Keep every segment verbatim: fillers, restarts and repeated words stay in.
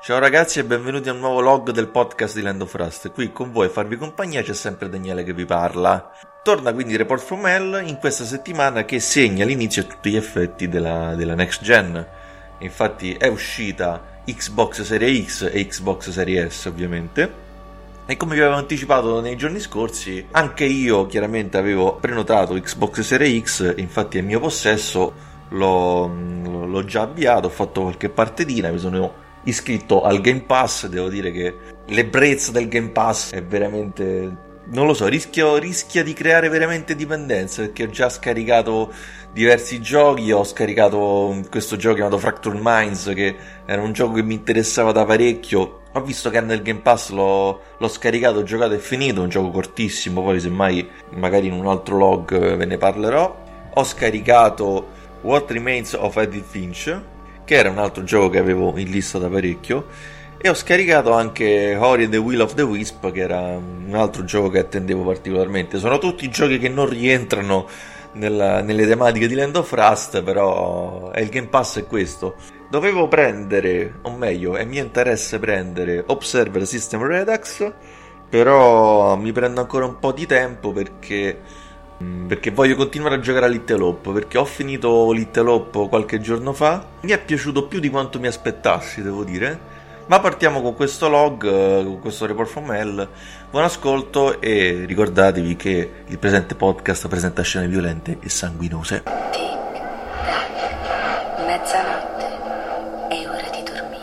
Ciao ragazzi e benvenuti a un nuovo log del podcast di Land of Rust. Qui con voi a farvi compagnia c'è sempre Daniele che vi parla. Torna quindi Report from Hell in questa settimana che segna l'inizio a tutti gli effetti della, della next gen. Infatti è uscita Xbox Series X e Xbox Series S ovviamente. E come vi avevo anticipato nei giorni scorsi, anche io chiaramente avevo prenotato Xbox Series X, infatti è in mio possesso, l'ho, l'ho già avviato, ho fatto qualche partitina, mi sono iscritto al Game Pass. Devo dire che l'ebbrezza del Game Pass è veramente, non lo so, rischio, rischia di creare veramente dipendenza, perché ho già scaricato diversi giochi. Ho scaricato questo gioco chiamato Fractured Minds, che era un gioco che mi interessava da parecchio. Ho visto che nel Game Pass l'ho, l'ho scaricato, giocato e finito, un gioco cortissimo, poi semmai magari in un altro log ve ne parlerò. Ho scaricato What Remains of Edith Finch, che era un altro gioco che avevo in lista da parecchio, e ho scaricato anche Ori and the Will of the Wisp, che era un altro gioco che attendevo particolarmente. Sono tutti giochi che non rientrano nella, nelle tematiche di Land of Rust, però è il Game Pass è questo. Dovevo prendere, o meglio, è mio interesse prendere Observer System Redux, però mi prendo ancora un po' di tempo perché perché voglio continuare a giocare a Little Hope, perché ho finito Little Hope qualche giorno fa. Mi è piaciuto più di quanto mi aspettassi, devo dire. Ma partiamo con questo log, con questo Report from Hell. Buon ascolto e ricordatevi che il presente podcast presenta scene violente e sanguinose. Tic, tac, mezzanotte, è ora di dormire.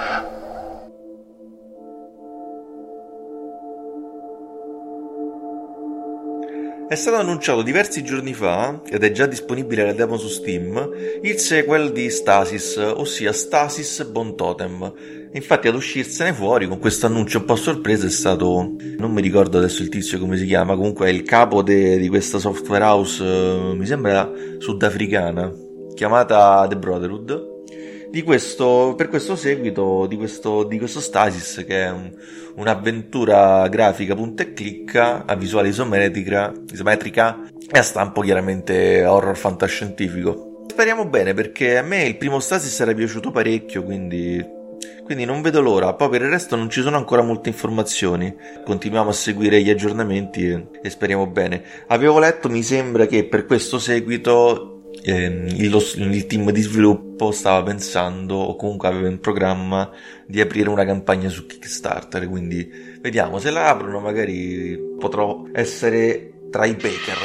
È stato annunciato diversi giorni fa, ed è già disponibile la demo su Steam, il sequel di Stasis, ossia Stasis Bone Totem. Infatti ad uscirsene fuori con questo annuncio un po' a sorpresa è stato, non mi ricordo adesso il tizio come si chiama, comunque è il capo de, di questa software house, mi sembra sudafricana, chiamata The Brotherhood. Di questo, per questo seguito di questo, di questo Stasis, che è un, un'avventura grafica punta e clicca a visuale isometrica, isometrica e a stampo chiaramente horror fantascientifico. Speriamo bene, perché a me il primo Stasis era piaciuto parecchio, quindi, quindi non vedo l'ora. Poi per il resto non ci sono ancora molte informazioni, continuiamo a seguire gli aggiornamenti e, e speriamo bene. Avevo letto, mi sembra che per questo seguito Il, lo, il team di sviluppo stava pensando, o comunque aveva in programma, di aprire una campagna su Kickstarter, quindi vediamo se la aprono, magari potrò essere tra i baker.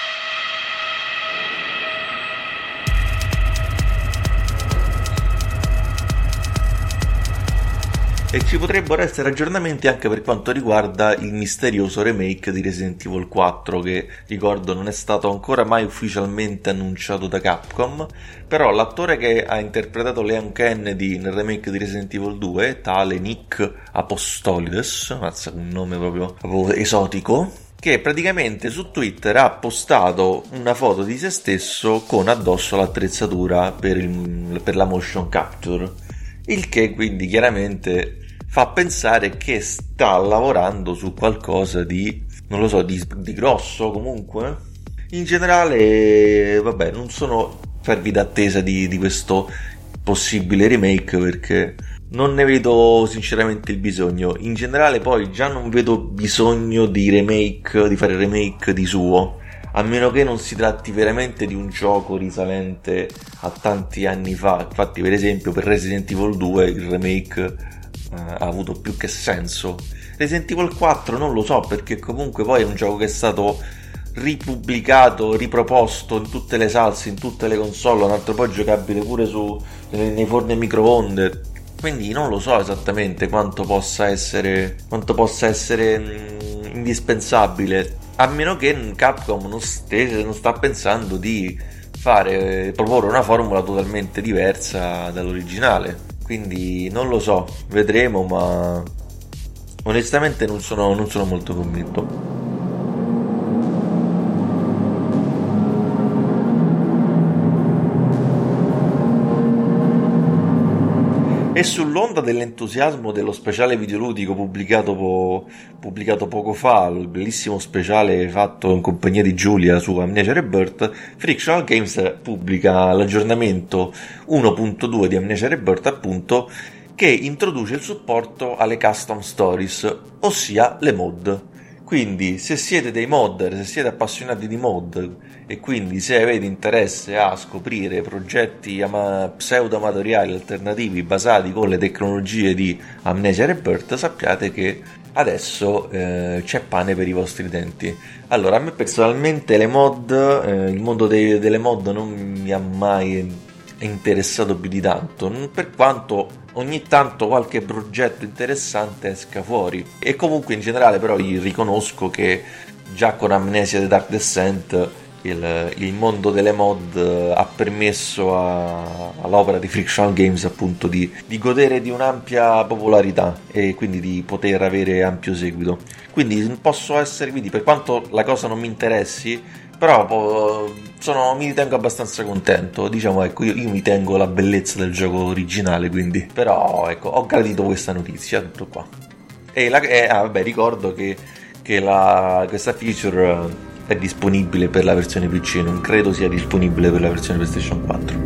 E ci potrebbero essere aggiornamenti anche per quanto riguarda il misterioso remake di Resident Evil quattro, che ricordo non è stato ancora mai ufficialmente annunciato da Capcom, però l'attore che ha interpretato Leon Kennedy nel remake di Resident Evil due, tale Nick Apostolides, mazza, un nome proprio, proprio esotico, che praticamente su Twitter ha postato una foto di se stesso con addosso l'attrezzatura per, il, per la motion capture, il che quindi chiaramente fa pensare che sta lavorando su qualcosa di, non lo so, di, di grosso comunque. In generale, vabbè, non sono fervi d'attesa di, di questo possibile remake, perché non ne vedo sinceramente il bisogno. In generale poi già non vedo bisogno di remake, di fare remake di suo, a meno che non si tratti veramente di un gioco risalente a tanti anni fa. Infatti per esempio per Resident Evil due il remake ha avuto più che senso. Resident Evil quattro non lo so, perché comunque poi è un gioco che è stato ripubblicato, riproposto in tutte le salse, in tutte le console, un altro po' giocabile pure su, nei forni a microonde, quindi non lo so esattamente quanto possa essere quanto possa essere mh, indispensabile, a meno che Capcom non, ste, non sta pensando di fare proporre una formula totalmente diversa dall'originale. Quindi non lo so, vedremo, ma onestamente non sono, non sono molto convinto. E sull'onda dell'entusiasmo dello speciale videoludico pubblicato, po- pubblicato poco fa, il bellissimo speciale fatto in compagnia di Giulia su Amnesia Rebirth, Frictional Games pubblica l'aggiornamento uno punto due di Amnesia Rebirth, appunto, che introduce il supporto alle custom stories, ossia le mod. Quindi se siete dei modder, se siete appassionati di mod e quindi se avete interesse a scoprire progetti ama- pseudo-amatoriali alternativi basati con le tecnologie di Amnesia Rebirth, sappiate che adesso eh, c'è pane per i vostri denti. Allora, a me personalmente le mod, eh, il mondo dei, delle mod non mi ha mai interessato più di tanto, per quanto ogni tanto qualche progetto interessante esca fuori. E comunque in generale però io riconosco che già con Amnesia The Dark Descent il, il mondo delle mod ha permesso a, all'opera di Frictional Games appunto di, di godere di un'ampia popolarità e quindi di poter avere ampio seguito. Quindi posso essere, quindi per quanto la cosa non mi interessi, però sono, mi ritengo abbastanza contento. Diciamo, ecco, io, io mi tengo la bellezza del gioco originale, quindi. Però, ecco, ho gradito questa notizia, tutto qua. E, la, e ah, vabbè, ricordo che, che la, questa feature è disponibile per la versione P C, non credo sia disponibile per la versione PlayStation quattro.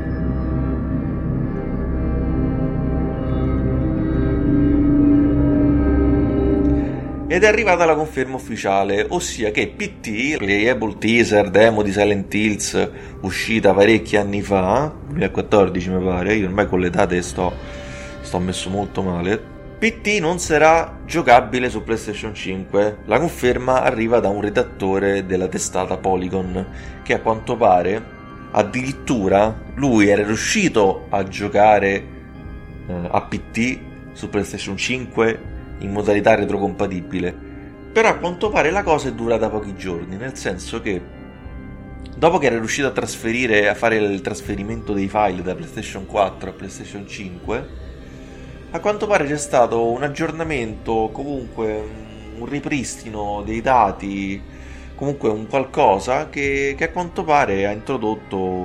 Ed è arrivata la conferma ufficiale, ossia che P T, playable teaser, demo di Silent Hills, uscita parecchi anni fa, duemilaquattordici mi pare, io ormai con le date sto, sto messo molto male, P T non sarà giocabile su PlayStation cinque. La conferma arriva da un redattore della testata Polygon, che a quanto pare, addirittura, lui era riuscito a giocare eh, a P T su PlayStation cinque in modalità retrocompatibile, però a quanto pare la cosa è durata pochi giorni, nel senso che dopo che era riuscito a trasferire a fare il trasferimento dei file da PlayStation quattro a PlayStation cinque, a quanto pare c'è stato un aggiornamento, comunque un ripristino dei dati, comunque un qualcosa che, che a quanto pare ha introdotto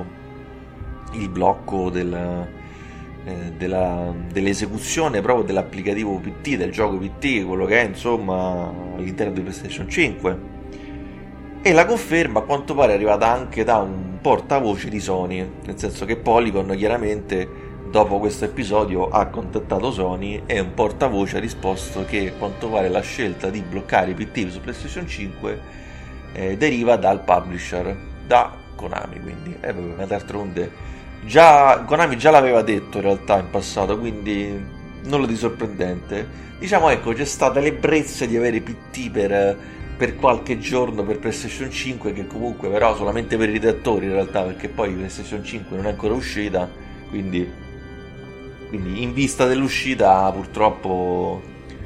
il blocco del Della, dell'esecuzione proprio dell'applicativo P T, del gioco P T, quello che è insomma all'interno di PlayStation cinque. E la conferma a quanto pare è arrivata anche da un portavoce di Sony, nel senso che Polygon chiaramente dopo questo episodio ha contattato Sony e un portavoce ha risposto che a quanto pare la scelta di bloccare i P T su PlayStation cinque eh, deriva dal publisher, da Konami, quindi eh, ma d'altronde già Konami già l'aveva detto in realtà in passato, quindi nulla di sorprendente. Diciamo, ecco, c'è stata l'ebbrezza di avere P T per, per qualche giorno per PlayStation cinque, che comunque però solamente per i redattori in realtà, perché poi PlayStation cinque non è ancora uscita, quindi, quindi in vista dell'uscita purtroppo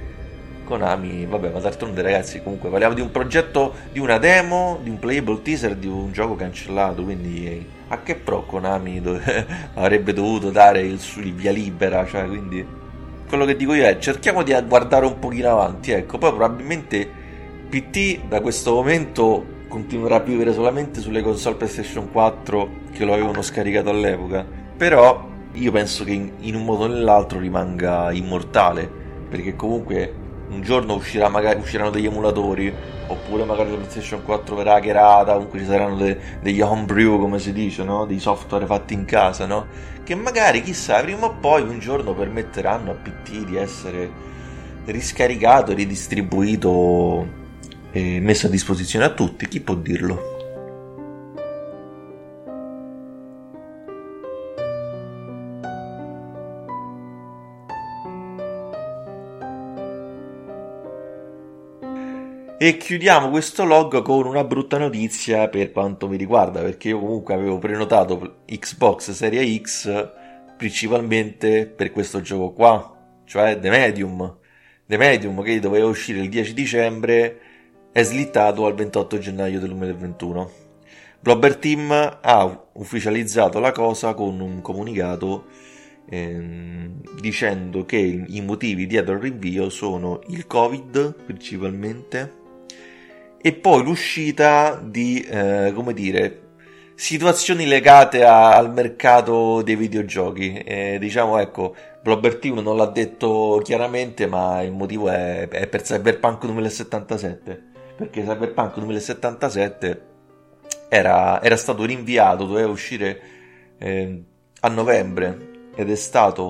Konami, vabbè, ma d'altronde ragazzi, comunque parliamo di un progetto, di una demo, di un playable teaser di un gioco cancellato, quindi a che pro Konami dove avrebbe dovuto dare il, il via libera, cioè, quindi quello che dico io è cerchiamo di guardare un pochino avanti, ecco. Poi probabilmente P T da questo momento continuerà a vivere solamente sulle console PlayStation quattro che lo avevano scaricato all'epoca, però io penso che in, in un modo o nell'altro rimanga immortale, perché comunque un giorno uscirà, magari usciranno degli emulatori, oppure magari la PlayStation quattro verrà hackerata, comunque ci saranno de, degli homebrew, come si dice, no? Dei software fatti in casa, no? Che magari, chissà, prima o poi un giorno permetteranno a P T di essere riscaricato, ridistribuito e messo a disposizione a tutti, chi può dirlo? E chiudiamo questo log con una brutta notizia per quanto mi riguarda, perché io comunque avevo prenotato Xbox Series X principalmente per questo gioco qua, cioè The Medium. The Medium, che doveva uscire il dieci dicembre, è slittato al ventotto gennaio del duemilaventuno. Blobber Team ha ufficializzato la cosa con un comunicato ehm, dicendo che i motivi dietro il rinvio sono il Covid principalmente, e poi l'uscita di, eh, come dire, situazioni legate a, al mercato dei videogiochi. Eh, diciamo, ecco, Blobber Team non l'ha detto chiaramente, ma il motivo è, è per Cyberpunk duemilasettantasette, perché Cyberpunk duemilasettantasette era, era stato rinviato, doveva uscire eh, a novembre, ed è stato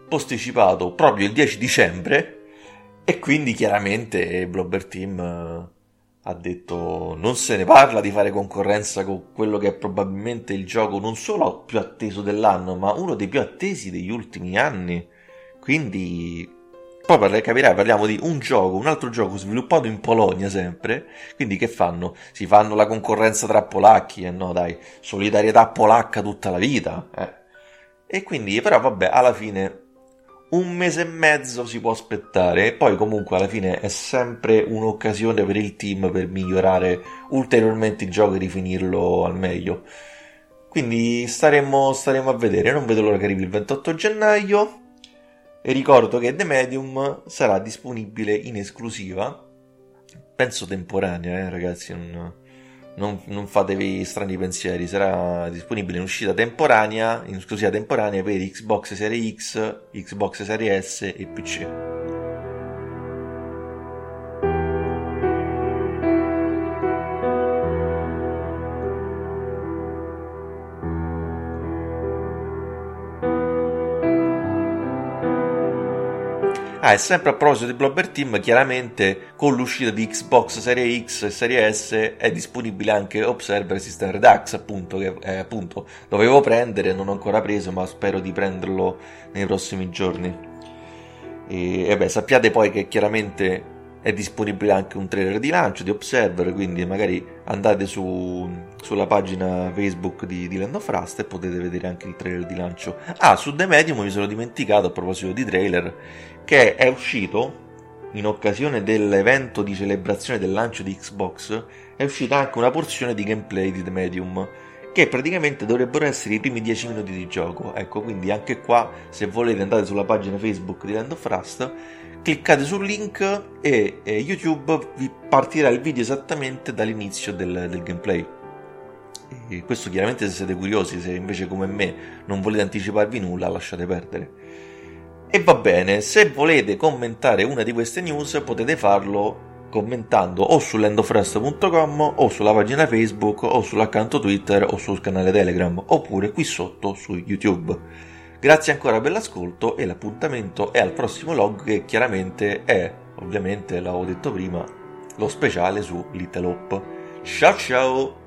posticipato proprio il dieci dicembre e quindi chiaramente Blobber Team ha detto non se ne parla di fare concorrenza con quello che è probabilmente il gioco non solo più atteso dell'anno, ma uno dei più attesi degli ultimi anni. Quindi poi per capire, parliamo di un gioco, un altro gioco sviluppato in Polonia sempre, quindi che fanno? Si fanno la concorrenza tra polacchi, e eh no dai, solidarietà polacca tutta la vita, eh. E quindi, però vabbè, alla fine un mese e mezzo si può aspettare, e poi comunque alla fine è sempre un'occasione per il team per migliorare ulteriormente il gioco e rifinirlo al meglio. Quindi staremo, staremo a vedere, non vedo l'ora che arrivi il ventotto gennaio. E ricordo che The Medium sarà disponibile in esclusiva, penso temporanea, eh, ragazzi, non, non, non fatevi strani pensieri, sarà disponibile in uscita temporanea, in esclusiva temporanea per Xbox Series X, Xbox Series S e P C. Ah, e sempre a proposito di Blobber Team, chiaramente con l'uscita di Xbox Series X e Series S è disponibile anche Observer System Redux, appunto, che eh, appunto dovevo prendere, non ho ancora preso, ma spero di prenderlo nei prossimi giorni. E, e beh, sappiate poi che chiaramente è disponibile anche un trailer di lancio di Observer, quindi magari andate su, sulla pagina Facebook di, di Land of Rust e potete vedere anche il trailer di lancio. Ah, su The Medium mi sono dimenticato a proposito di trailer, che è uscito in occasione dell'evento di celebrazione del lancio di Xbox, è uscita anche una porzione di gameplay di The Medium, che praticamente dovrebbero essere i primi dieci minuti di gioco. Ecco, quindi anche qua, se volete, andate sulla pagina Facebook di Land of Rust, cliccate sul link e, e YouTube vi partirà il video esattamente dall'inizio del, del gameplay. E questo chiaramente se siete curiosi, se invece come me non volete anticiparvi nulla, lasciate perdere. E va bene, se volete commentare una di queste news potete farlo commentando o su land of rust punto com o sulla pagina Facebook o sull'account Twitter o sul canale Telegram oppure qui sotto su YouTube. Grazie ancora per l'ascolto e l'appuntamento è al prossimo log, che chiaramente è, ovviamente l'avevo detto prima, lo speciale su Little Hope. Ciao ciao!